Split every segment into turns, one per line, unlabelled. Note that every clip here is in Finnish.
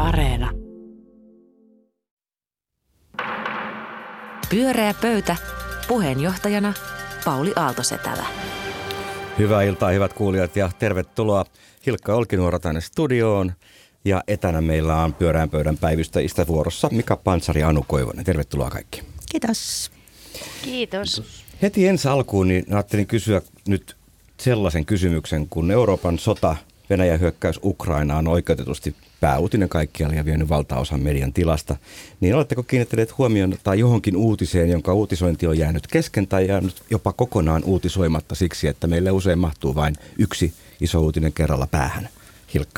Areena.
Pyöreä pöytä. Puheenjohtajana Pauli Aaltosetälä.
Hyvää iltaa, hyvät kuulijat, ja tervetuloa Hilkka Olkinuora tänne studioon. Ja etänä meillä on pyöreän pöydän päivystäjistä vuorossa Mika Pantsari ja Anu Koivonen. Tervetuloa kaikki.
Kiitos.
Kiitos.
Heti ensi alkuun niin ajattelin kysyä nyt sellaisen kysymyksen, kun Euroopan sota, Venäjän hyökkäys Ukrainaan on oikeutetusti pääuutinen kaikkialla ja vienyt valtaosan median tilasta, niin oletteko kiinnittäneet huomioon tai johonkin uutiseen, jonka uutisointi on jäänyt kesken tai jäänyt jopa kokonaan uutisoimatta siksi, että meille usein mahtuu vain yksi iso uutinen kerralla päähän? Hilkka.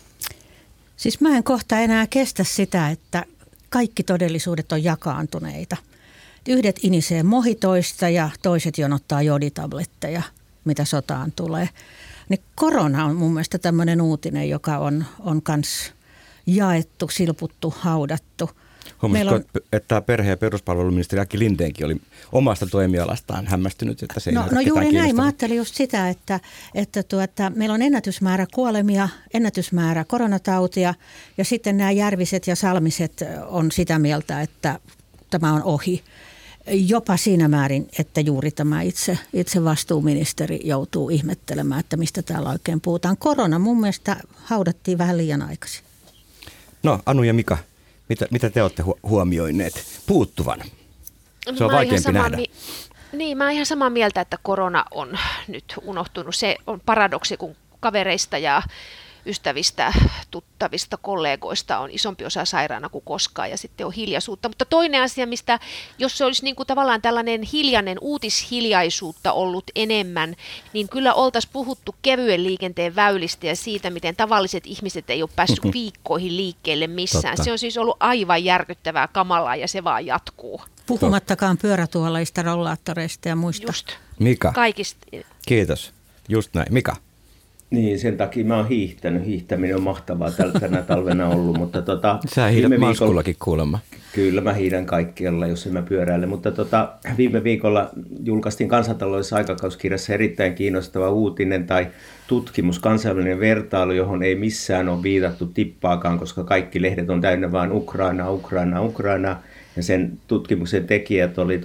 Siis mä en kohta enää kestä sitä, että kaikki todellisuudet on jakaantuneita. Yhdet inisee mohitoista ja toiset jonottaa joditabletteja, mitä sotaan tulee. Niin korona on mun mielestä tämmöinen uutinen, joka on kans jaettu, silputtu, haudattu.
Huomasitko, että perhe- ja peruspalveluministeri Aki Lindénkin oli omasta toimialastaan hämmästynyt, että se ei
No juuri näin. Mä ajattelin just sitä, että meillä on ennätysmäärä kuolemia, ennätysmäärä koronatautia ja sitten nämä Järviset ja Salmiset on sitä mieltä, että tämä on ohi. Jopa siinä määrin, että juuri tämä itse vastuuministeri joutuu ihmettelemään, että mistä täällä oikein puhutaan. Korona mun mielestä haudattiin vähän liian aikaisin.
No Anu ja Mika, mitä te olette huomioineet puuttuvan? Se on vaikeampi nähdä.
Mä oon ihan samaa mieltä, että korona on nyt unohtunut. Se on paradoksi, kun kavereista ja ystävistä, tuttavista, kollegoista on isompi osa sairaana kuin koskaan ja sitten on hiljaisuutta. Mutta toinen asia, mistä jos se olisi niin kuin tavallaan tällainen hiljainen uutishiljaisuutta ollut enemmän, niin kyllä oltaisiin puhuttu kevyen liikenteen väylistä ja siitä, miten tavalliset ihmiset ei ole päässyt viikkoihin liikkeelle missään.
Totta.
Se on siis ollut aivan järkyttävää kamalaa ja se vaan jatkuu.
Puhumattakaan pyörätuoleista, rollaattoreista ja muista.
Just.
Mika.
Kaikista.
Kiitos. Just näin. Mika.
Niin, sen takia mä oon hiihtänyt. Hiihtäminen on mahtavaa tänä talvena ollut, mutta
Sä hiidät Manskullakin kuulemma.
Kyllä, mä hiidän kaikkialla, jos en mä pyöräile. Mutta viime viikolla julkaistiin Kansantaloudellisessa aikakauskirjassa erittäin kiinnostava uutinen tai tutkimus, kansainvälinen vertailu, johon ei missään ole viitattu tippaakaan, koska kaikki lehdet on täynnä vain Ukraina. Ja sen tutkimuksen tekijät oli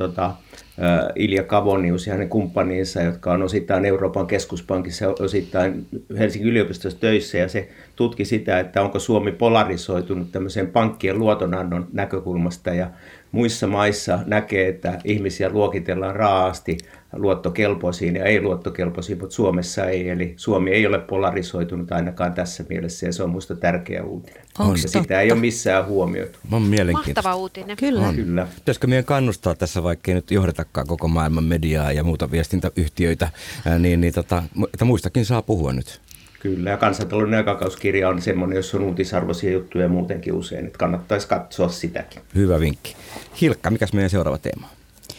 Ilja Kavonius ja hänen kumppaninsa, jotka on osittain Euroopan keskuspankissa ja osittain Helsingin yliopistossa töissä. Ja se tutki sitä, että onko Suomi polarisoitunut tämmöiseen pankkien luotonannon näkökulmasta. Ja muissa maissa näkee, että ihmisiä luokitellaan raaasti luottokelpoisiin ja ei-luottokelpoisiin, mutta Suomessa ei. Eli Suomi ei ole polarisoitunut ainakaan tässä mielessä ja se on minusta tärkeä uutinen. Ja sitä ei ole missään huomioitu.
On mielenkiintoista.
Mahtava uutinen.
Kyllä.
Pitäisikö meidän kannustaa tässä, vaikka ei nyt johdetakaan koko maailman mediaa ja muuta viestintäyhtiöitä, että muistakin saa puhua nyt?
Kyllä, ja Kansantalouden aikakauskirja on semmoinen, jossa on uutisarvoisia juttuja muutenkin usein, että kannattaisi katsoa sitäkin.
Hyvä vinkki. Hilkka, mikäs meidän seuraava teema?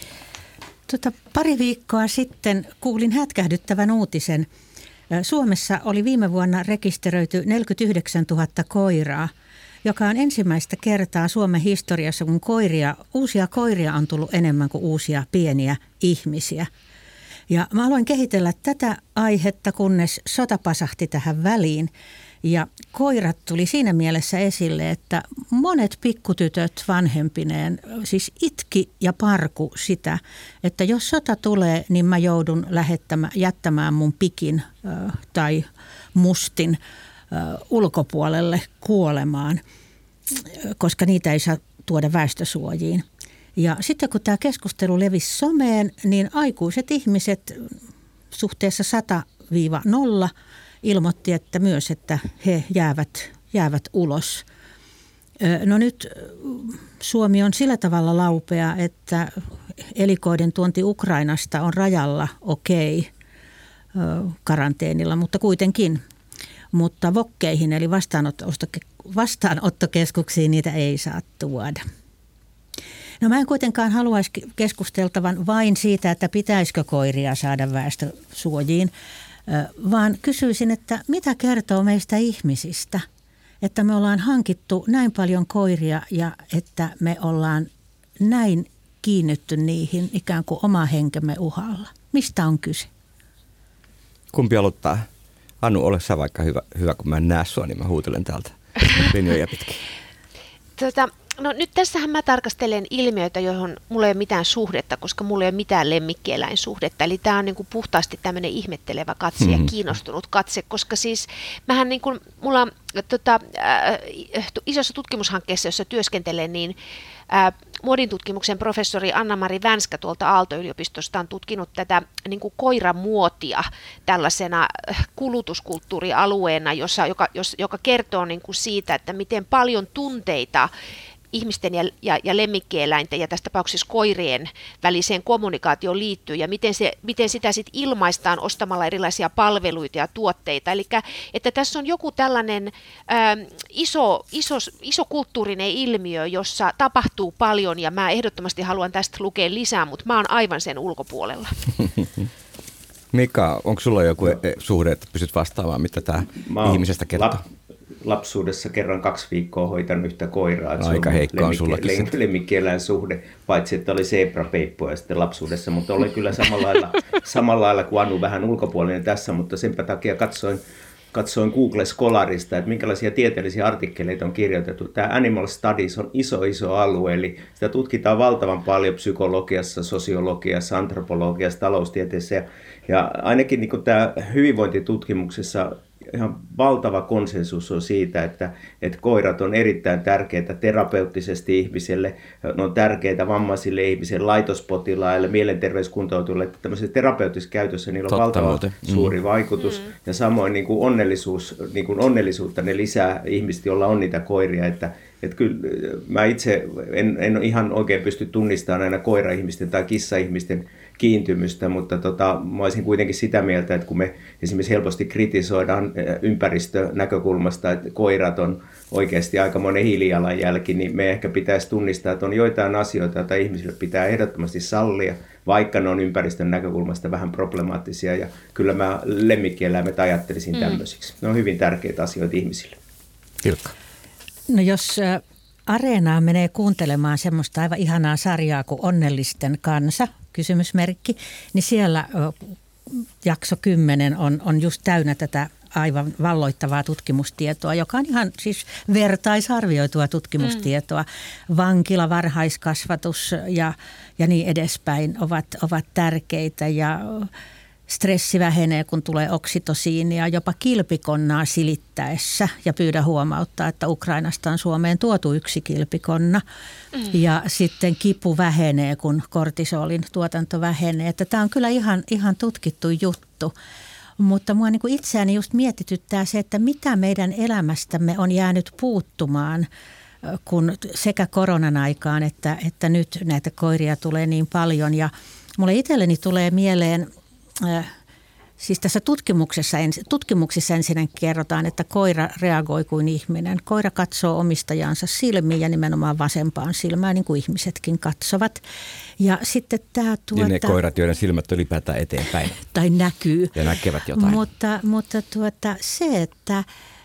Pari viikkoa sitten kuulin hätkähdyttävän uutisen. Suomessa oli viime vuonna rekisteröity 49 000 koiraa, joka on ensimmäistä kertaa Suomen historiassa, kun uusia koiria on tullut enemmän kuin uusia pieniä ihmisiä. Ja mä aloin kehitellä tätä aihetta, kunnes sota pasahti tähän väliin. Ja koirat tuli siinä mielessä esille, että monet pikkutytöt vanhempineen siis itki ja parku sitä, että jos sota tulee, niin mä joudun jättämään mun pikin tai mustin ulkopuolelle kuolemaan, koska niitä ei saa tuoda väestösuojiin. Ja sitten kun tämä keskustelu levisi someen, niin aikuiset ihmiset suhteessa 100-0 ilmoitti, että myös, että he jäävät ulos. No nyt Suomi on sillä tavalla laupea, että elikoiden tuonti Ukrainasta on rajalla karanteenilla, mutta kuitenkin. Mutta vokkeihin eli vastaanottokeskuksiin niitä ei saa tuoda. No mä en kuitenkaan haluaisi keskusteltavan vain siitä, että pitäisikö koiria saada väestösuojiin, vaan kysyisin, että mitä kertoo meistä ihmisistä, että me ollaan hankittu näin paljon koiria ja että me ollaan näin kiinnitty niihin ikään kuin oma henkemme uhalla. Mistä on kyse?
Kumpi aloittaa? Anu, ole sä vaikka hyvä, kun mä en näe sua, niin mä huutelen täältä linjoja pitkin.
No nyt tässähän mä tarkastelen ilmiöitä, johon mulla ei ole mitään suhdetta, koska mulla ei ole mitään lemmikkieläinsuhdetta. Eli tämä on niin kuin puhtaasti tämmöinen ihmettelevä katse ja kiinnostunut katse, koska siis mähän niin kuin, mulla on isossa tutkimushankkeessa, jossa työskentelen, niin muodintutkimuksen professori Anna-Mari Vänskä tuolta Aalto-yliopistosta on tutkinut tätä niin kuin koiramuotia tällaisena kulutuskulttuurialueena, joka kertoo niin kuin siitä, että miten paljon tunteita ihmisten ja lemmikkieläinten ja tässä tapauksessa koirien väliseen kommunikaatioon liittyy ja miten sitä sitten ilmaistaan ostamalla erilaisia palveluita ja tuotteita. Eli että tässä on joku tällainen iso kulttuurinen ilmiö, jossa tapahtuu paljon ja mä ehdottomasti haluan tästä lukea lisää, mutta mä oon aivan sen ulkopuolella.
Mika, onko sulla joku suhde, että pystyt vastaamaan, mitä tämä ihmisestä kertoo?
Lapsuudessa kerran 2 viikkoa hoitanut yhtä koiraa.
Aika heikko on sullakin.
Lemmikkieläinsuhde, paitsi että oli zebrapeippoja sitten lapsuudessa, mutta oli kyllä samalla lailla kuin Anu vähän ulkopuolinen tässä, mutta senpä takia katsoin Google Scholarista, että minkälaisia tieteellisiä artikkeleita on kirjoitettu. Tämä Animal Studies on iso alue, eli sitä tutkitaan valtavan paljon psykologiassa, sosiologiassa, antropologiassa, taloustieteessä ja ainakin niin kuin tämä hyvinvointitutkimuksessa ihan valtava konsensus on siitä, että koirat on erittäin tärkeitä terapeuttisesti ihmiselle, ne on tärkeitä vammaisille ihmisille, laitospotilaille, mielenterveyskuntoutujille, että tämmöisessä terapeuttisessa käytössä niillä on valtava suuri vaikutus ja samoin niin kuin onnellisuutta ne lisää ihmiset, joilla on niitä koiria, että kyllä mä itse en ihan oikein pysty tunnistamaan aina koira-ihmisten tai kissa-ihmisten kiintymystä, mutta mä olisin kuitenkin sitä mieltä, että kun me esimerkiksi helposti kritisoidaan ympäristönäkökulmasta, että koirat on oikeasti aikamoinen hiilijalanjälki, niin me ehkä pitäisi tunnistaa, että on joitain asioita, joita ihmisille pitää ehdottomasti sallia, vaikka ne on ympäristön näkökulmasta vähän problemaattisia, ja kyllä mä lemmikkieläimet ajattelisin tämmöisiksi. Ne on hyvin tärkeitä asioita ihmisille.
Ilkka.
No jos Areenaan menee kuuntelemaan semmoista aivan ihanaa sarjaa kuin Onnellisten kansa, kysymysmerkki, niin siellä jakso 10 on just täynnä tätä aivan valloittavaa tutkimustietoa, joka on ihan siis vertaisarvioitua tutkimustietoa. Vankila, varhaiskasvatus ja niin edespäin ovat tärkeitä ja stressi vähenee, kun tulee oksitosiinia, jopa kilpikonnaa silittäessä ja pyydä huomauttaa, että Ukrainasta on Suomeen tuotu 1 kilpikonna. Ja sitten kipu vähenee, kun kortisolin tuotanto vähenee. Että tämä on kyllä ihan tutkittu juttu. Mutta mua niin kuin itseäni just mietityttää se, että mitä meidän elämästämme on jäänyt puuttumaan, kun sekä koronan aikaan että nyt näitä koiria tulee niin paljon. Ja mulle itselleni tulee mieleen, siis tässä tutkimuksessa ensin kerrotaan, että koira reagoi kuin ihminen. Koira katsoo omistajansa silmiin ja nimenomaan vasempaan silmään, niin kuin ihmisetkin katsovat. Ja sitten tämä
niin ne koirat, joiden silmät ylipäätään eteenpäin.
Tai näkyy.
Ja näkevät jotain.
Mutta se, että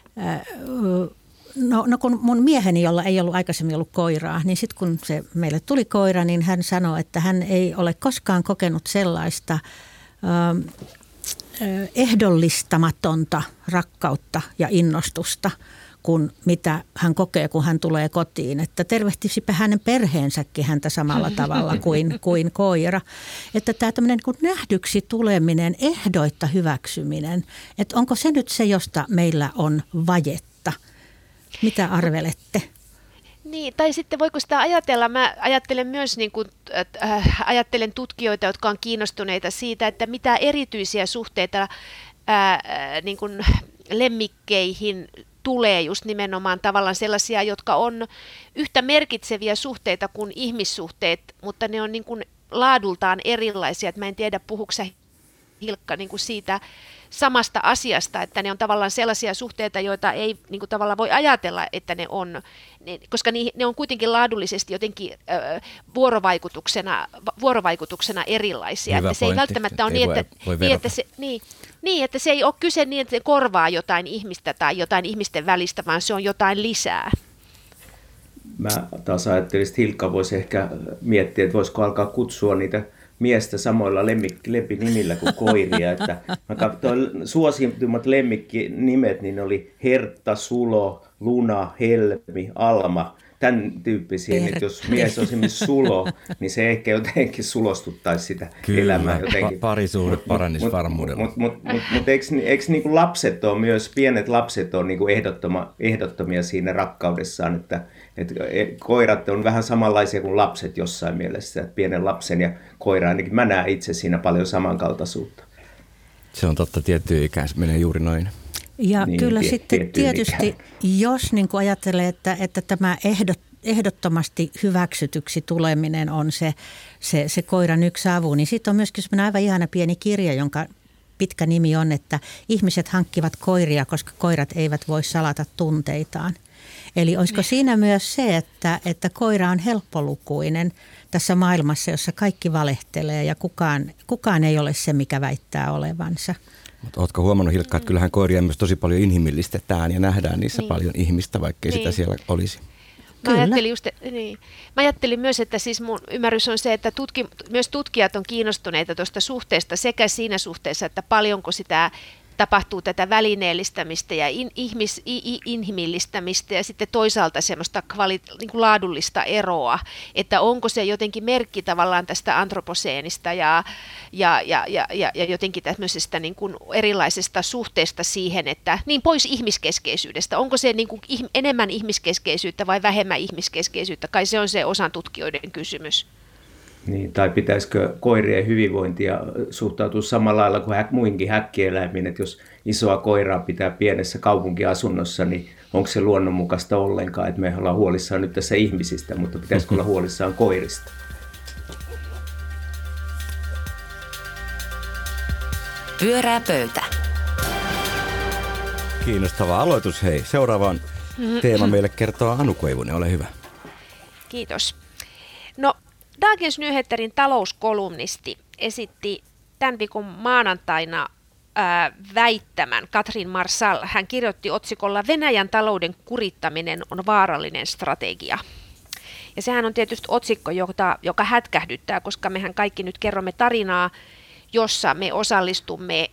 No kun mun mieheni, jolla ei ollut aikaisemmin ollut koiraa, niin sitten kun se meille tuli koira, niin hän sanoi, että hän ei ole koskaan kokenut sellaista ehdollistamatonta rakkautta ja innostusta kuin mitä hän kokee, kun hän tulee kotiin. Että tervehtisipä hänen perheensäkin häntä samalla tavalla kuin koira. Että tämä tämmöinen niin nähdyksi tuleminen, ehdoitta hyväksyminen, että onko se nyt se, josta meillä on vajetta? Mitä arvelette?
Niin, tai sitten voiko sitä ajatella, mä ajattelen myös ajattelen tutkijoita, jotka on kiinnostuneita siitä, että mitä erityisiä suhteita niin kuin lemmikkeihin tulee just nimenomaan tavallaan sellaisia, jotka on yhtä merkitseviä suhteita kuin ihmissuhteet, mutta ne on niin kuin laadultaan erilaisia. Että mä en tiedä, puhuuko sä, Hilkka, niin kuin siitä samasta asiasta, että ne on tavallaan sellaisia suhteita, joita ei niin kuin tavallaan voi ajatella, että ne on, koska ne on kuitenkin laadullisesti jotenkin vuorovaikutuksena erilaisia.
Hyvä
että se ei välttämättä ole että se ei ole kyse niin, että se korvaa jotain ihmistä tai jotain ihmisten välistä, vaan se on jotain lisää. Mä
taas ajattelin, että Hilkka voisi ehkä miettiä, että voisiko alkaa kutsua niitä miestä samoilla lempinimillä kuin koiria. Että mä katsoin suosittummat lemmikkinimet, niin oli Hertta, Sulo, Luna, Helmi, Alma. Tämän tyyppisiä, että jos mies on esimerkiksi Sulo, niin se ehkä jotenkin sulostuttaisi sitä elämää jotenkin.
Parisuhde paranisi varmuudella.
Mutta eikö niinku lapset ole myös, pienet lapset on niinku ehdottomia siinä rakkaudessaan, että koirat on vähän samanlaisia kuin lapset jossain mielessä, että pienen lapsen ja koira, ainakin mä näen itse siinä paljon samankaltaisuutta.
Se on totta, tiettyyn ikään se menee juuri noin.
Ja niin, kyllä sitten tietysti, jos niin kuin ajattelee, että tämä ehdottomasti hyväksytyksi tuleminen on se koiran yksi avu, niin sitten on myöskin semmoinen aivan ihana pieni kirja, jonka pitkä nimi on, että ihmiset hankkivat koiria, koska koirat eivät voi salata tunteitaan. Eli olisiko siinä myös se, että koira on helppolukuinen tässä maailmassa, jossa kaikki valehtelee ja kukaan ei ole se, mikä väittää olevansa.
Mutta ootko huomannut, Hilkka, että kyllähän koiria myös tosi paljon inhimillistetään ja nähdään niissä paljon ihmistä, vaikkei sitä siellä olisi.
Mä ajattelin myös, että siis mun ymmärrys on se, että myös tutkijat on kiinnostuneita tuosta suhteesta sekä siinä suhteessa, että paljonko sitä tapahtuu tätä välineellistämistä ja inhimillistämistä ja sitten toisaalta semmoista niin kuin laadullista eroa, että onko se jotenkin merkki tavallaan tästä antroposeenista ja jotenkin tämmöisestä niin kuin erilaisesta suhteesta siihen, että niin pois ihmiskeskeisyydestä, onko se niin kuin enemmän ihmiskeskeisyyttä vai vähemmän ihmiskeskeisyyttä, kai se on se osan tutkijoiden kysymys.
Niin, tai pitäisikö koirien hyvinvointia suhtautua samalla lailla kuin muinkin häkkieläimiin, että jos isoa koiraa pitää pienessä kaupunkiasunnossa, niin onko se luonnonmukaista ollenkaan, että me ollaan huolissaan nyt tässä ihmisistä, mutta pitäisikö olla huolissaan koirista?
Pyörää pöytä.
Kiinnostava aloitus, hei. Seuraavan teema meille kertoo Anu Koivunen, ole hyvä.
Kiitos. No, Dagens Nyheterin talouskolumnisti esitti tämän viikon maanantaina väittämän Katrin Marsal. Hän kirjoitti otsikolla Venäjän talouden kurittaminen on vaarallinen strategia. Ja sehän on tietysti otsikko, joka hätkähdyttää, koska mehän kaikki nyt kerromme tarinaa, jossa me osallistumme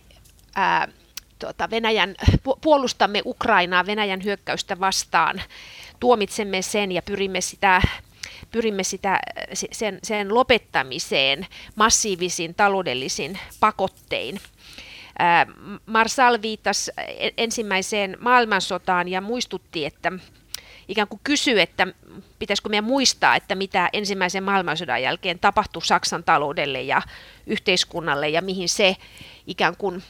puolustamme Ukrainaa Venäjän hyökkäystä vastaan, tuomitsemme sen ja pyrimme sen lopettamiseen massiivisin taloudellisin pakottein. Marsal viittasi ensimmäiseen maailmansotaan ja muistutti, että ikään kuin kysyi, että pitäisikö meidän muistaa, että mitä ensimmäisen maailmansodan jälkeen tapahtui Saksan taloudelle ja yhteiskunnalle ja mihin se ikään kuin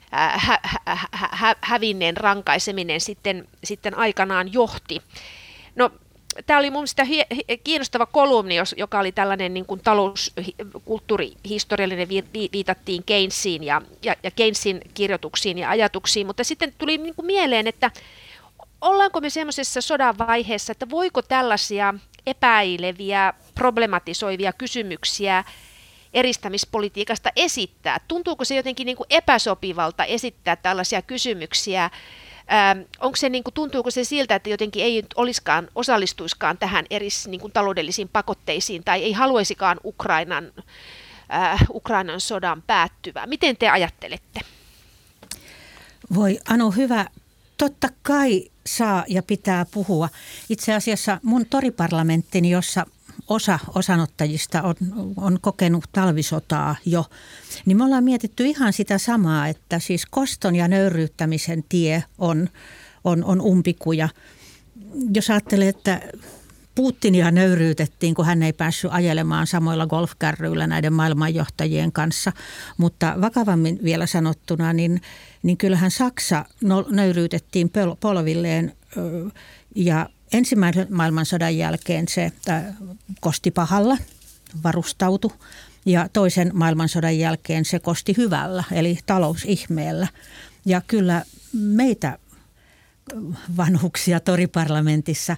hävinneen rankaiseminen sitten aikanaan johti. No, tämä oli mun mielestä kiinnostava kolumni, joka oli tällainen niin kuin talouskulttuurihistoriallinen, viitattiin Keynesiin ja Keynesin kirjoituksiin ja ajatuksiin, mutta sitten tuli niin kuin mieleen, että ollaanko me semmoisessa sodan vaiheessa, että voiko tällaisia epäileviä, problematisoivia kysymyksiä eristämispolitiikasta esittää? Tuntuuko se jotenkin niin kuin epäsopivalta esittää tällaisia kysymyksiä? Tuntuuko se siltä, että jotenkin ei osallistuiskaan tähän niin kuin taloudellisiin pakotteisiin tai ei haluaisikaan Ukrainan sodan päättyvää? Miten te ajattelette?
Voi Anu, hyvä. Totta kai saa ja pitää puhua. Itse asiassa mun toriparlamenttini, jossa osa osanottajista on kokenut talvisotaa jo, niin me ollaan mietitty ihan sitä samaa, että siis koston ja nöyryyttämisen tie on umpikuja. Jos ajattelee, että Putinia nöyryytettiin, kun hän ei päässyt ajelemaan samoilla golfkärryillä näiden maailmanjohtajien kanssa, mutta vakavammin vielä sanottuna, niin kyllähän Saksa nöyryytettiin polvilleen ja ensimmäisen maailmansodan jälkeen se kosti pahalla, varustautui, ja toisen maailmansodan jälkeen se kosti hyvällä, eli talousihmeellä. Ja kyllä meitä vanhuksia toriparlamentissa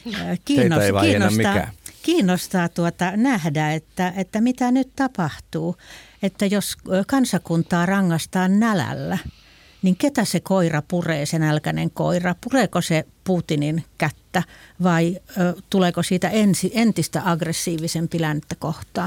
kiinnostaa nähdä, että mitä nyt tapahtuu. Että jos kansakuntaa rangaistaan nälällä, niin ketä se koira puree, se nälkäinen koira? Pureeko se Putinin kättä vai tuleeko siitä entistä aggressiivisempi länttä kohtaan?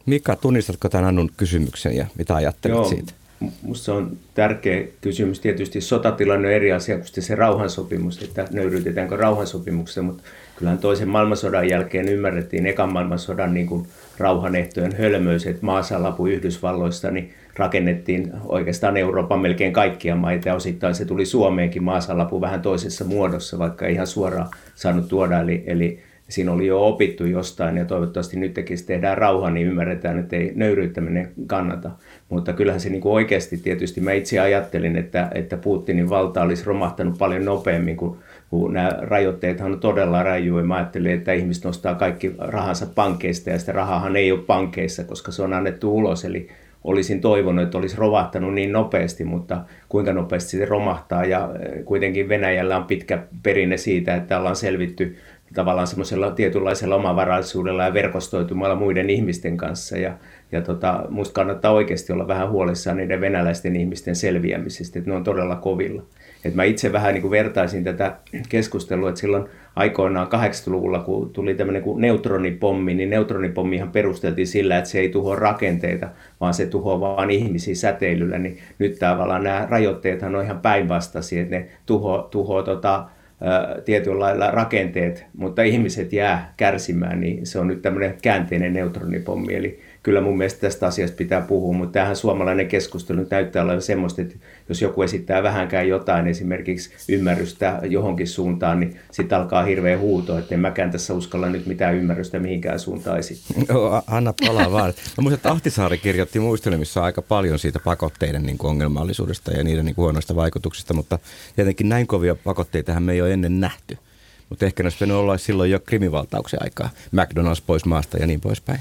Mika, tunnistatko tämän Annun kysymyksen ja mitä ajattelet siitä?
Minusta se on tärkeä kysymys. Tietysti sotatilanne on eri asia kuin se rauhansopimus, että nöyryytetäänkö rauhansopimuksessa, mutta kyllähän toisen maailmansodan jälkeen ymmärrettiin ekan maailmansodan niin kuin rauhanehtojen hölmöys, että maasalapu Yhdysvalloista niin rakennettiin oikeastaan Euroopan melkein kaikkia maita ja osittain se tuli Suomeenkin maasalapu vähän toisessa muodossa, vaikka ei ihan suoraan saanut tuoda, eli siinä oli jo opittu jostain ja toivottavasti nyt tehdään rauha, niin ymmärretään, että ei nöyryyttäminen kannata. Mutta kyllähän se niin kuin oikeasti tietysti, mä itse ajattelin, että Putinin valta olisi romahtanut paljon nopeammin, kun nämä rajoitteethan on todella rajuja. Mä ajattelin, että ihmiset nostaa kaikki rahansa pankeista ja sitä rahahan ei ole pankeissa, koska se on annettu ulos. Eli olisin toivonut, että olisi romahtanut niin nopeasti, mutta kuinka nopeasti se romahtaa. Ja kuitenkin Venäjällä on pitkä perinne siitä, että ollaan selvitty tavallaan semmoisella tietynlaisella omavaraisuudella ja verkostoitumalla muiden ihmisten kanssa. Ja musta kannattaa oikeasti olla vähän huolissaan niiden venäläisten ihmisten selviämisestä, että ne on todella kovilla. Et mä itse vähän niin kuin vertaisin tätä keskustelua, että silloin aikoinaan 80-luvulla, kun tuli tämmöinen kuin neutronipommi, niin neutronipommihan perusteltiin sillä, että se ei tuhoa rakenteita, vaan se tuhoaa vaan ihmisiä säteilyllä. Niin nyt tavallaan nämä rajoitteethan on ihan päinvastaisia, että ne tuhoaa tietyllä lailla rakenteet, mutta ihmiset jää kärsimään, niin se on nyt tämmöinen käänteinen neutronipommi. Eli kyllä mun mielestä tästä asiasta pitää puhua, mutta tämähän suomalainen keskustelu nyt näyttää olevan semmoista, että jos joku esittää vähänkään jotain, esimerkiksi ymmärrystä johonkin suuntaan, niin sitten alkaa hirveä huuto, että en mäkään tässä uskalla nyt mitään ymmärrystä mihinkään suuntaan esittää.
Anna palaa vaan. Mä muistan, että Ahtisaari kirjoitti muistelemissa aika paljon siitä pakotteiden niin kuin ongelmallisuudesta ja niiden niin kuin huonoista vaikutuksista, mutta tietenkin näin kovia pakotteitahan me ei ole ennen nähty. Mutta ehkä ne olisi pitänyt olla silloin jo Krimin-valtauksen aikaa, McDonald's pois maasta ja niin poispäin.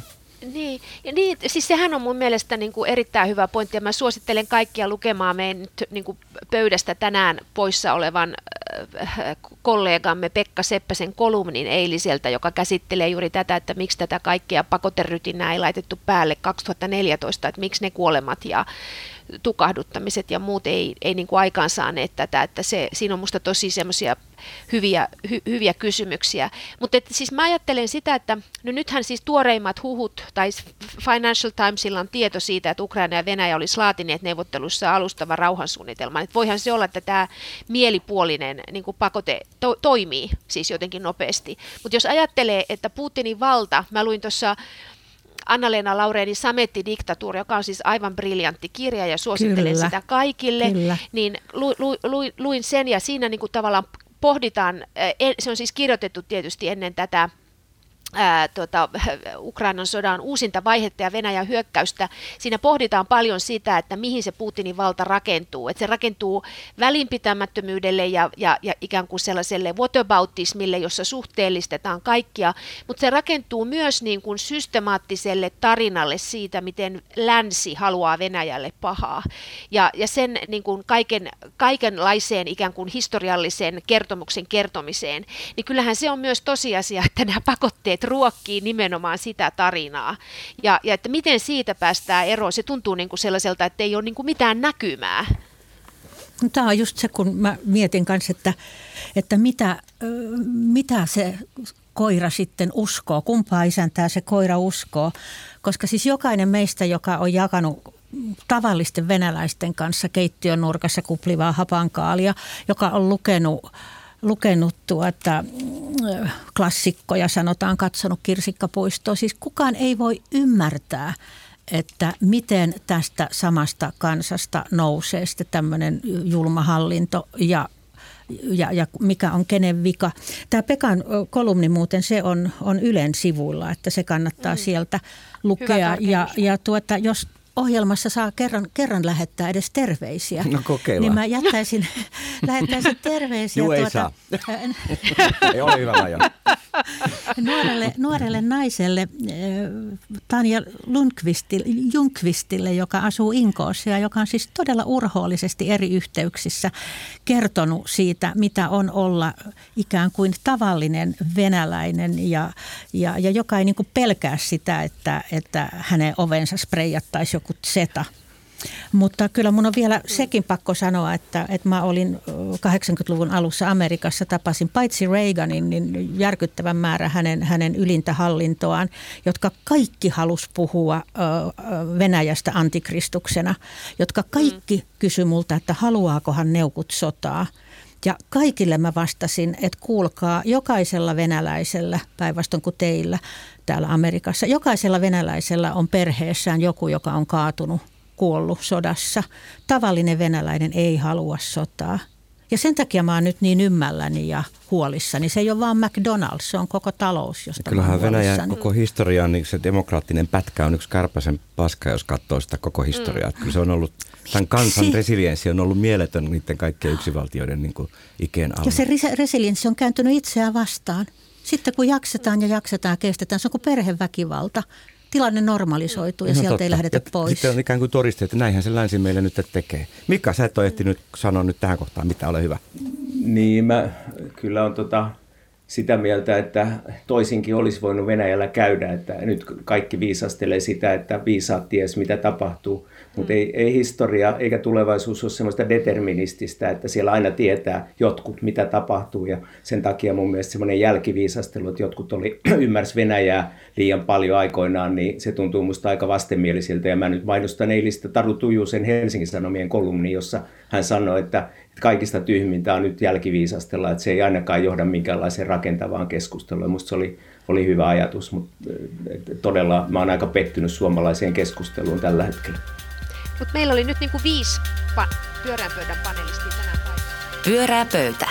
Niin, siis sehän on mun mielestä niin kuin erittäin hyvä pointti ja mä suosittelen kaikkia lukemaan meidän nyt niin kuin pöydästä tänään poissa olevan kollegamme Pekka Seppäsen kolumnin eiliseltä, joka käsittelee juuri tätä, että miksi tätä kaikkea pakoterytinää ei laitettu päälle 2014, että miksi ne kuolemat ja tukahduttamiset ja muut ei niin kuin aikaansaaneet tätä, että siinä on musta tosi semmoisia hyviä kysymyksiä. Mutta siis mä ajattelen sitä, että no nythän siis tuoreimmat huhut, tai Financial Timesilla on tieto siitä, että Ukraina ja Venäjä olisi laatineet neuvottelussa alustava rauhansuunnitelma. Että voihan se olla, että tämä mielipuolinen niin kuin pakote toimii siis jotenkin nopeasti. Mutta jos ajattelee, että Putinin valta, mä luin tuossa Anna-Leena Laurenin Sametti-diktatuuri, joka on siis aivan briljantti kirja ja suosittelen sitä kaikille, niin luin sen ja siinä niin kuin tavallaan pohditaan, se on siis kirjoitettu tietysti ennen tätä Ukrainan sodan uusinta vaihetta ja Venäjän hyökkäystä. Siinä pohditaan paljon sitä, että mihin se Putinin valta rakentuu. Että se rakentuu välinpitämättömyydelle ja ikään kuin sellaiselle whataboutismille, jossa suhteellistetaan kaikkia, mutta se rakentuu myös niin kuin systemaattiselle tarinalle siitä, miten länsi haluaa Venäjälle pahaa. Ja sen niin kuin kaikenlaiseen ikään kuin historiallisen kertomuksen kertomiseen, niin kyllähän se on myös tosiasia, että nämä pakotteet ruokkii nimenomaan sitä tarinaa. Ja että miten siitä päästään eroon, se tuntuu niin kuin sellaiselta, että ei ole niin kuin mitään näkymää.
Tämä on just se, kun mä mietin kanssa, että mitä se koira sitten uskoo, kumpaa isäntää se koira uskoo. Koska siis jokainen meistä, joka on jakanut tavallisten venäläisten kanssa keittiön nurkassa kuplivaa hapankaalia, joka on lukenut klassikkoja, sanotaan, katsonut Kirsikkapuistoa. Siis kukaan ei voi ymmärtää, että miten tästä samasta kansasta nousee sitten tämmöinen julma hallinto ja mikä on kenen vika. Tämä Pekan kolumni muuten, se on Ylen sivuilla, että se kannattaa sieltä lukea. Ja jos ohjelmassa saa kerran lähettää edes terveisiä.
No kokeillaan.
Niin mä lähettäisin terveisiä.
Ei saa. Ei ole hyvä ajan.
Nuorelle naiselle Tanja Ljungqvistille, joka asuu Inkoossa ja joka on siis todella urhoollisesti eri yhteyksissä kertonut siitä, mitä on olla ikään kuin tavallinen venäläinen ja joka ei niin kuin pelkää sitä, että hänen ovensa spreijattaisi joku zeta. Mutta kyllä mun on vielä sekin pakko sanoa, että mä olin 80-luvun alussa Amerikassa, tapasin paitsi Reaganin, niin järkyttävän määrä hänen ylintä hallintoaan, jotka kaikki halusi puhua Venäjästä antikristuksena, jotka kaikki kysyi multa, että haluaakohan neukut sotaa. Ja kaikille mä vastasin, että kuulkaa, jokaisella venäläisellä, päinvastoin kuin teillä täällä Amerikassa, jokaisella venäläisellä on perheessään joku, joka on kaatunut, kuollut sodassa. Tavallinen venäläinen ei halua sotaa. Ja sen takia mä oon nyt niin ymmälläni ja huolissani. Se ei ole vaan McDonald's, se on koko talous, josta
kyllähän Venäjän koko historia, niin se demokraattinen pätkä on yksi kärpäsen paska, jos katsoo sitä koko historiaa. Kyllä se on ollut, tämän kansan resilienssi on ollut mieletön niiden kaikkien yksivaltioiden niin kuin ikeen alla.
Ja se resilienssi on kääntynyt itseään vastaan. Sitten kun jaksetaan ja kestetään, se on kuin perheväkivalta. Tilanne normalisoituu ja sieltä ei lähdetä pois.
Sitten on ikään kuin todiste, että näinhän se länsi meille nyt tekee. Mika, sä et ole ehtinyt sanoa nyt tähän kohtaan, mitä ole hyvä.
Niin, mä kyllä on sitä mieltä, että toisinkin olisi voinut Venäjällä käydä, että nyt kaikki viisastelee sitä, että viisaat ties mitä tapahtuu, mutta ei historia eikä tulevaisuus ole semmoista determinististä, että siellä aina tietää jotkut mitä tapahtuu ja sen takia mun mielestä semmoinen jälkiviisastelu, että jotkut ymmärsi Venäjää liian paljon aikoinaan, niin se tuntuu musta aika vastenmielisiltä ja mä nyt mainostan eilistä Taru Tujusen Helsingin Sanomien kolumni, jossa hän sanoi, että kaikista tyhmintä on nyt jälkiviisastella, että se ei ainakaan johda minkäänlaiseen rakentavaan keskusteluun. Minusta se oli hyvä ajatus, mutta todella mä oon aika pettynyt suomalaiseen keskusteluun tällä hetkellä.
Mutta meillä oli nyt niinku 5 pyöreän pöydän panelistia tänään paikalla.
Pyörää pöytä.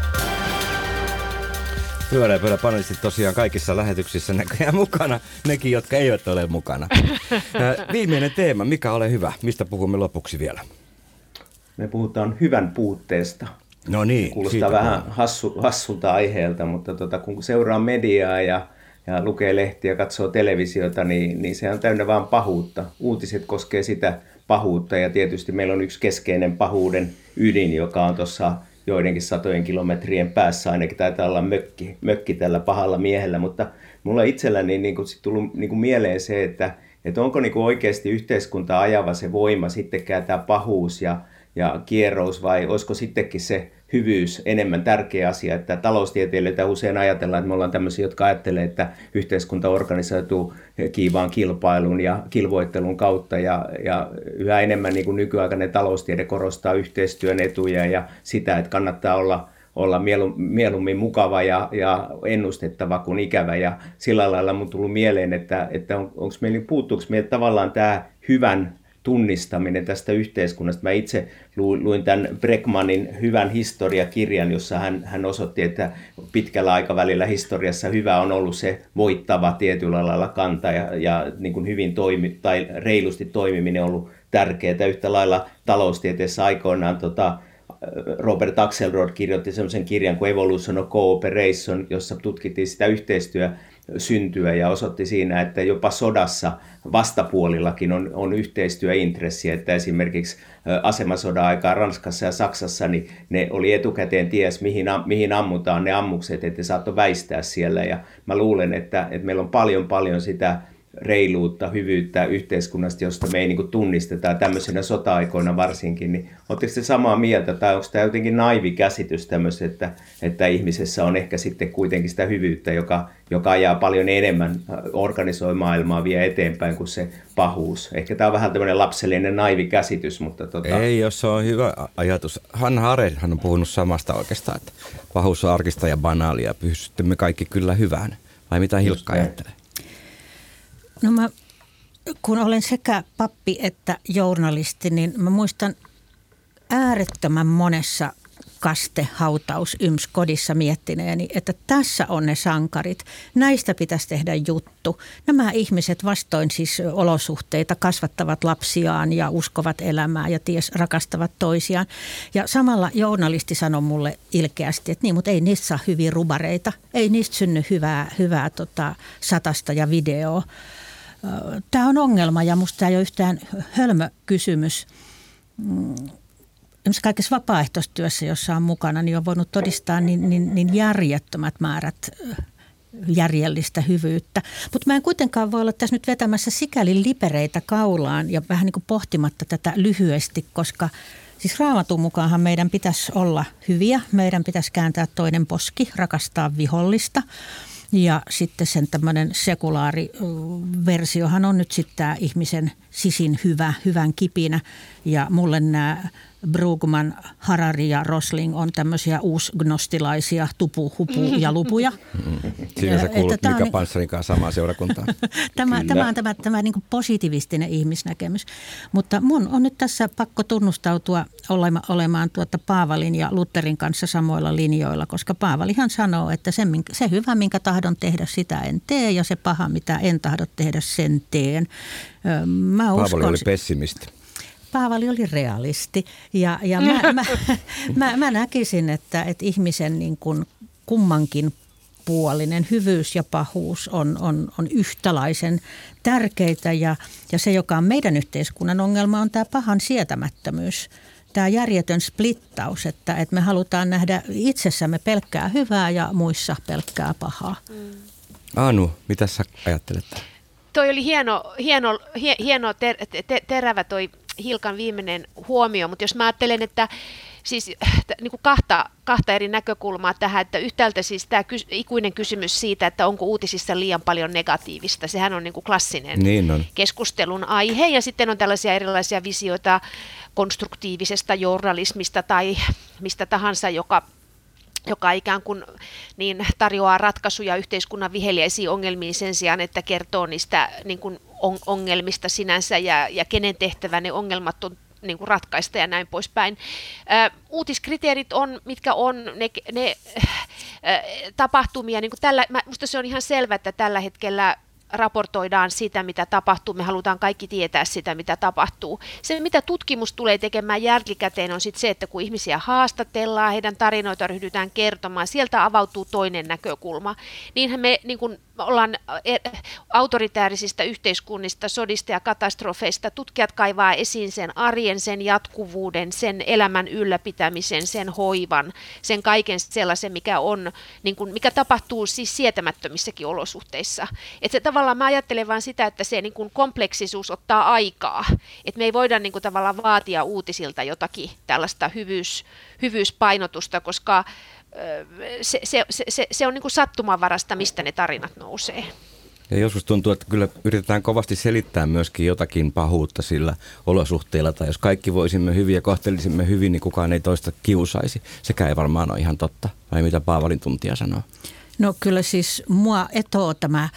Pyöreä pöydän panelistit tosiaan kaikissa lähetyksissä näköjään mukana, nekin, jotka eivät ole mukana. Viimeinen teema, Mika, ole hyvä. Mistä puhumme lopuksi vielä?
Me puhutaan hyvän puutteesta.
No niin.
Kuulostaa vähän hassulta aiheelta, mutta kun seuraa mediaa ja lukee lehtiä, katsoo televisiota, niin se on täynnä vaan pahuutta. Uutiset koskee sitä pahuutta ja tietysti meillä on yksi keskeinen pahuuden ydin, joka on tuossa joidenkin satojen kilometrien päässä, ainakin taitaa olla mökki tällä pahalla miehellä, mutta mulla itselläni niin tullut niin mieleen se, että onko niin oikeasti yhteiskunta ajava se voima sittenkään tämä pahuus ja kierrous vai olisiko sittenkin se hyvyys enemmän tärkeä asia, että taloustieteilijöitä usein ajatellaan, että me ollaan tämmöisiä, jotka ajattelee, että yhteiskunta organisoituu kiivaan kilpailun ja kilvoittelun kautta ja yhä enemmän niin kuin nykyaikainen taloustiede korostaa yhteistyön etuja ja sitä, että kannattaa olla mieluummin mukava ja ennustettava kuin ikävä ja sillä lailla mun tullut mieleen, että puuttuuko meiltä tavallaan tämä hyvän tunnistaminen tästä yhteiskunnasta. Mä itse luin tämän Bregmanin Hyvän historiakirjan, jossa hän osoitti, että pitkällä aikavälillä historiassa hyvä on ollut se voittava tietyllä lailla kanta ja niin kuin hyvin tai reilusti toimiminen on ollut tärkeää. Yhtä lailla taloustieteessä aikoinaan Robert Axelrod kirjoitti sellaisen kirjan kuin Evolution of Cooperation, jossa tutkittiin sitä yhteistyösyntyä ja osoitti siinä, että jopa sodassa vastapuolillakin on yhteistyöintressi, että esimerkiksi asemasodan aikaan Ranskassa ja Saksassa niin ne oli etukäteen ties, mihin ammutaan ne ammukset, että saattoi väistää siellä ja mä luulen, että meillä on paljon sitä reiluutta, hyvyyttä yhteiskunnasta, josta me ei niin kuin tunnisteta tämmöisenä sota-aikoina varsinkin, niin oletteko te samaa mieltä tai onko tämä jotenkin naivi käsitys tämmöistä, että ihmisessä on ehkä sitten kuitenkin sitä hyvyyttä, joka ajaa paljon enemmän, organisoi maailmaa, vie eteenpäin kuin se pahuus. Ehkä tämä on vähän tämmöinen lapsellinen naivi käsitys, mutta
Ei, jos se on hyvä ajatus. Hannah Arendt on puhunut samasta oikeastaan, että pahuus on arkista ja banaalia, pystymme kaikki kyllä hyvään. Vai mitä Hilkka ajattelee?
No kun olen sekä pappi että journalisti, niin mä muistan äärettömän monessa hautauskodissa miettineeni, että tässä on ne sankarit. Näistä pitäisi tehdä juttu. Nämä ihmiset vastoin siis olosuhteita kasvattavat lapsiaan ja uskovat elämää ja rakastavat toisiaan. Ja samalla journalisti sanoi mulle ilkeästi, että niin, mutta ei niistä saa hyviä rubareita. Ei niistä synny hyvää satasta ja videoa. Tämä on ongelma ja musta tämä ei ole yhtään hölmö kysymys. Esimerkiksi kaikessa vapaaehtoistyössä, jossa on mukana, niin on voinut todistaa niin järjettömät määrät järjellistä hyvyyttä. Mutta mä en kuitenkaan voi olla tässä nyt vetämässä sikäli lipereitä kaulaan ja vähän niin kuin pohtimatta tätä lyhyesti, koska siis Raamatun mukaanhan meidän pitäisi olla hyviä, meidän pitäisi kääntää toinen poski, rakastaa vihollista. Ja sitten sen tämmöinen sekulaariversiohan on nyt sitten tämä ihmisen sisin hyvän kipinä. Ja mulle nämä Brugman, Harari ja Rosling on tämmöisiä uusgnostilaisia tupu, hupu ja lupuja.
Siinä sä kuulut Mika Panssarin kanssa samaan seurakuntaan.
Tämä on tämä niin kuin positiivistinen ihmisnäkemys. Mutta mun on nyt tässä pakko tunnustautua olemaan Paavalin ja Lutherin kanssa samoilla linjoilla, koska Paavalihan sanoo, että se hyvä, minkä tahdon tehdä, sitä en tee, ja se paha, mitä en tahdo tehdä, sen teen.
Paavali oli pessimisti.
Paavali oli realisti ja mä näkisin, että ihmisen niin kuin kummankin puolinen hyvyys ja pahuus on yhtälaisen tärkeitä ja se, joka on meidän yhteiskunnan ongelma, on tämä pahan sietämättömyys. Tämä järjetön splittaus, että me halutaan nähdä itsessämme pelkkää hyvää ja muissa pelkkää pahaa.
Anu, mitä sä ajattelet?
Toi oli hieno terävä toi Hilkan viimeinen huomio, mutta jos mä ajattelen, että siis niin kuin kahta eri näkökulmaa tähän, että yhtäältä siis tämä ikuinen kysymys siitä, että onko uutisissa liian paljon negatiivista, sehän on niin kuin klassinen keskustelun aihe, ja sitten on tällaisia erilaisia visioita konstruktiivisesta journalismista tai mistä tahansa, joka ikään kuin niin tarjoaa ratkaisuja yhteiskunnan viheliäisiin ongelmiin sen sijaan, että kertoo niistä niin kuin ongelmista sinänsä ja kenen tehtävä ne ongelmat on niin kuin ratkaista ja näin poispäin. Uutiskriteerit on, mitkä on ne tapahtumia. Niin kuin musta se on ihan selvä, että tällä hetkellä raportoidaan sitä, mitä tapahtuu. Me halutaan kaikki tietää sitä, mitä tapahtuu. Se, mitä tutkimus tulee tekemään jälkikäteen, on sitten se, että kun ihmisiä haastatellaan, heidän tarinoita ryhdytään kertomaan, sieltä avautuu toinen näkökulma. Niinhän me niin kun ollaan autoritäärisistä yhteiskunnista, sodista ja katastrofeista. Tutkijat kaivaa esiin sen arjen, sen jatkuvuuden, sen elämän ylläpitämisen, sen hoivan, sen kaiken sellaisen, mikä on, niin kun, mikä tapahtuu siis sietämättömissäkin olosuhteissa. Että se tavallaan mä ajattelen vaan sitä, että se niin kuin kompleksisuus ottaa aikaa. Että me ei voida niin kuin tavallaan vaatia uutisilta jotakin tällaista hyvyyspainotusta, koska se on niin kuin sattumanvarasta, mistä ne tarinat nousee.
Ja joskus tuntuu, että kyllä yritetään kovasti selittää myöskin jotakin pahuutta sillä olosuhteilla. Tai jos kaikki voisimme hyvin ja kohtelisimme hyvin, niin kukaan ei toista kiusaisi. Sekä ei varmaan ole ihan totta. Vai mitä Paavalin tuntija sanoo? No
kyllä siis mua etoo tämä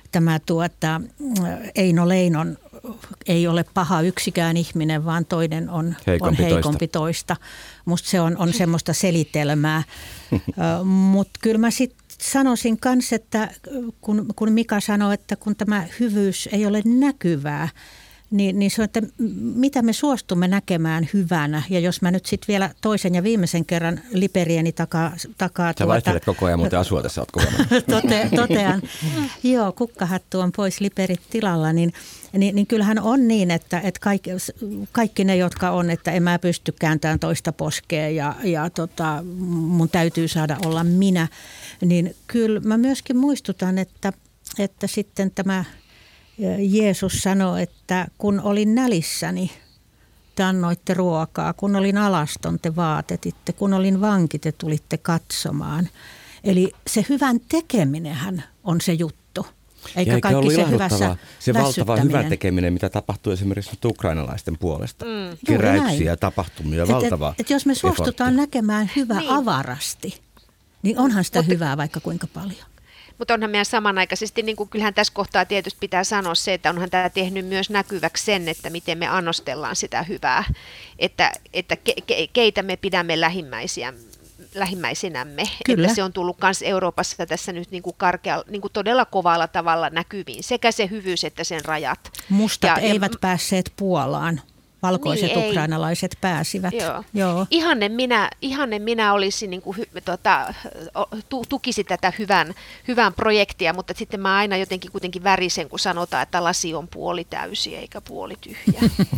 Eino Leinon ei ole paha yksikään ihminen, vaan toinen on heikompi toista. Musta se on semmoista selitelmää. Mutta kyllä mä sitten sanoisin myös, että kun Mika sanoi, että kun tämä hyvyys ei ole näkyvää, niin se on, että mitä me suostumme näkemään hyvänä. Ja jos mä nyt sitten vielä toisen ja viimeisen kerran liperieni takaa
Sä vaihtelet koko ajan, mutta asua tässä, ootko
totean. Joo, kukkahattu on pois, liperit tilalla, niin kyllähän on niin, että kaikki ne, jotka on, että en mä pysty kääntämään toista poskea ja mun täytyy saada olla minä, niin kyllä mä myöskin muistutan, että sitten tämä Jeesus sanoi, että kun olin nälissäni, te annoitte ruokaa, kun olin alaston, te vaatetitte, kun olin vanki, te tulitte katsomaan. Eli se hyvän tekeminenhän on se juttu, eikä kaikki se hyvässä
se valtava hyvän tekeminen, mitä tapahtuu esimerkiksi nyt ukrainalaisten puolesta. Keräyksiä, tapahtumia, valtava
et jos me suostutaan näkemään hyvä avarasti, niin onhan sitä hyvää vaikka kuinka paljon.
Mutta onhan meidän samanaikaisesti, niin kuin kyllähän tässä kohtaa tietysti pitää sanoa se, että onhan tämä tehnyt myös näkyväksi sen, että miten me annostellaan sitä hyvää, että keitä me pidämme lähimmäisinämme.
Kyllä.
Että se on tullut myös Euroopassa tässä nyt niin kuin todella kovalla tavalla näkyviin, sekä se hyvyys että sen rajat.
Mustat eivät päässeet Puolaan. Valkoiset niin, ukrainalaiset pääsivät. Joo. Ihanne minä olisin niin kuin, tukisi tätä hyvän projektia, mutta sitten mä aina jotenkin kuitenkin värisen, kun sanotaan, että lasi on puoli täysi eikä puoli tyhjä.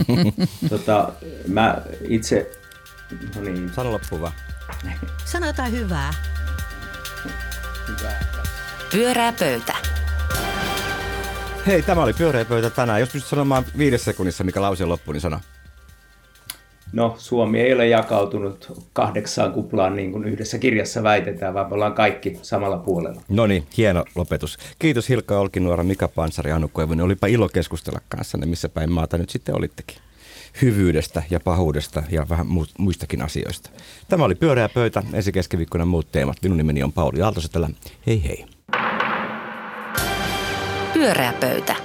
Mä itse... No niin.
Sano loppuun vaan.
Sano jotain hyvää.
Hyvää.
Pyöreä pöytä.
Hei, tämä oli Pyöreä pöytä tänään. Jos pystyt sanomaan 5 sekunnissa, mikä lause on loppu, niin sano.
No, Suomi ei ole jakautunut 8 kuplaan niin kuin yhdessä kirjassa väitetään, vaan me ollaan kaikki samalla puolella.
No niin, hieno lopetus. Kiitos Hilkka Olkinuora, Mika Pantsari, Anu Koivunen. Olipa ilo keskustella kanssanne, missä päin maata nyt sitten olittekin. Hyvyydestä ja pahuudesta ja vähän muistakin asioista. Tämä oli Pyöreä pöytä, ensi keskiviikkona muut teemat. Minun nimeni on Pauli Aaltosetälä. Hei hei.
Pyöreä pöytä.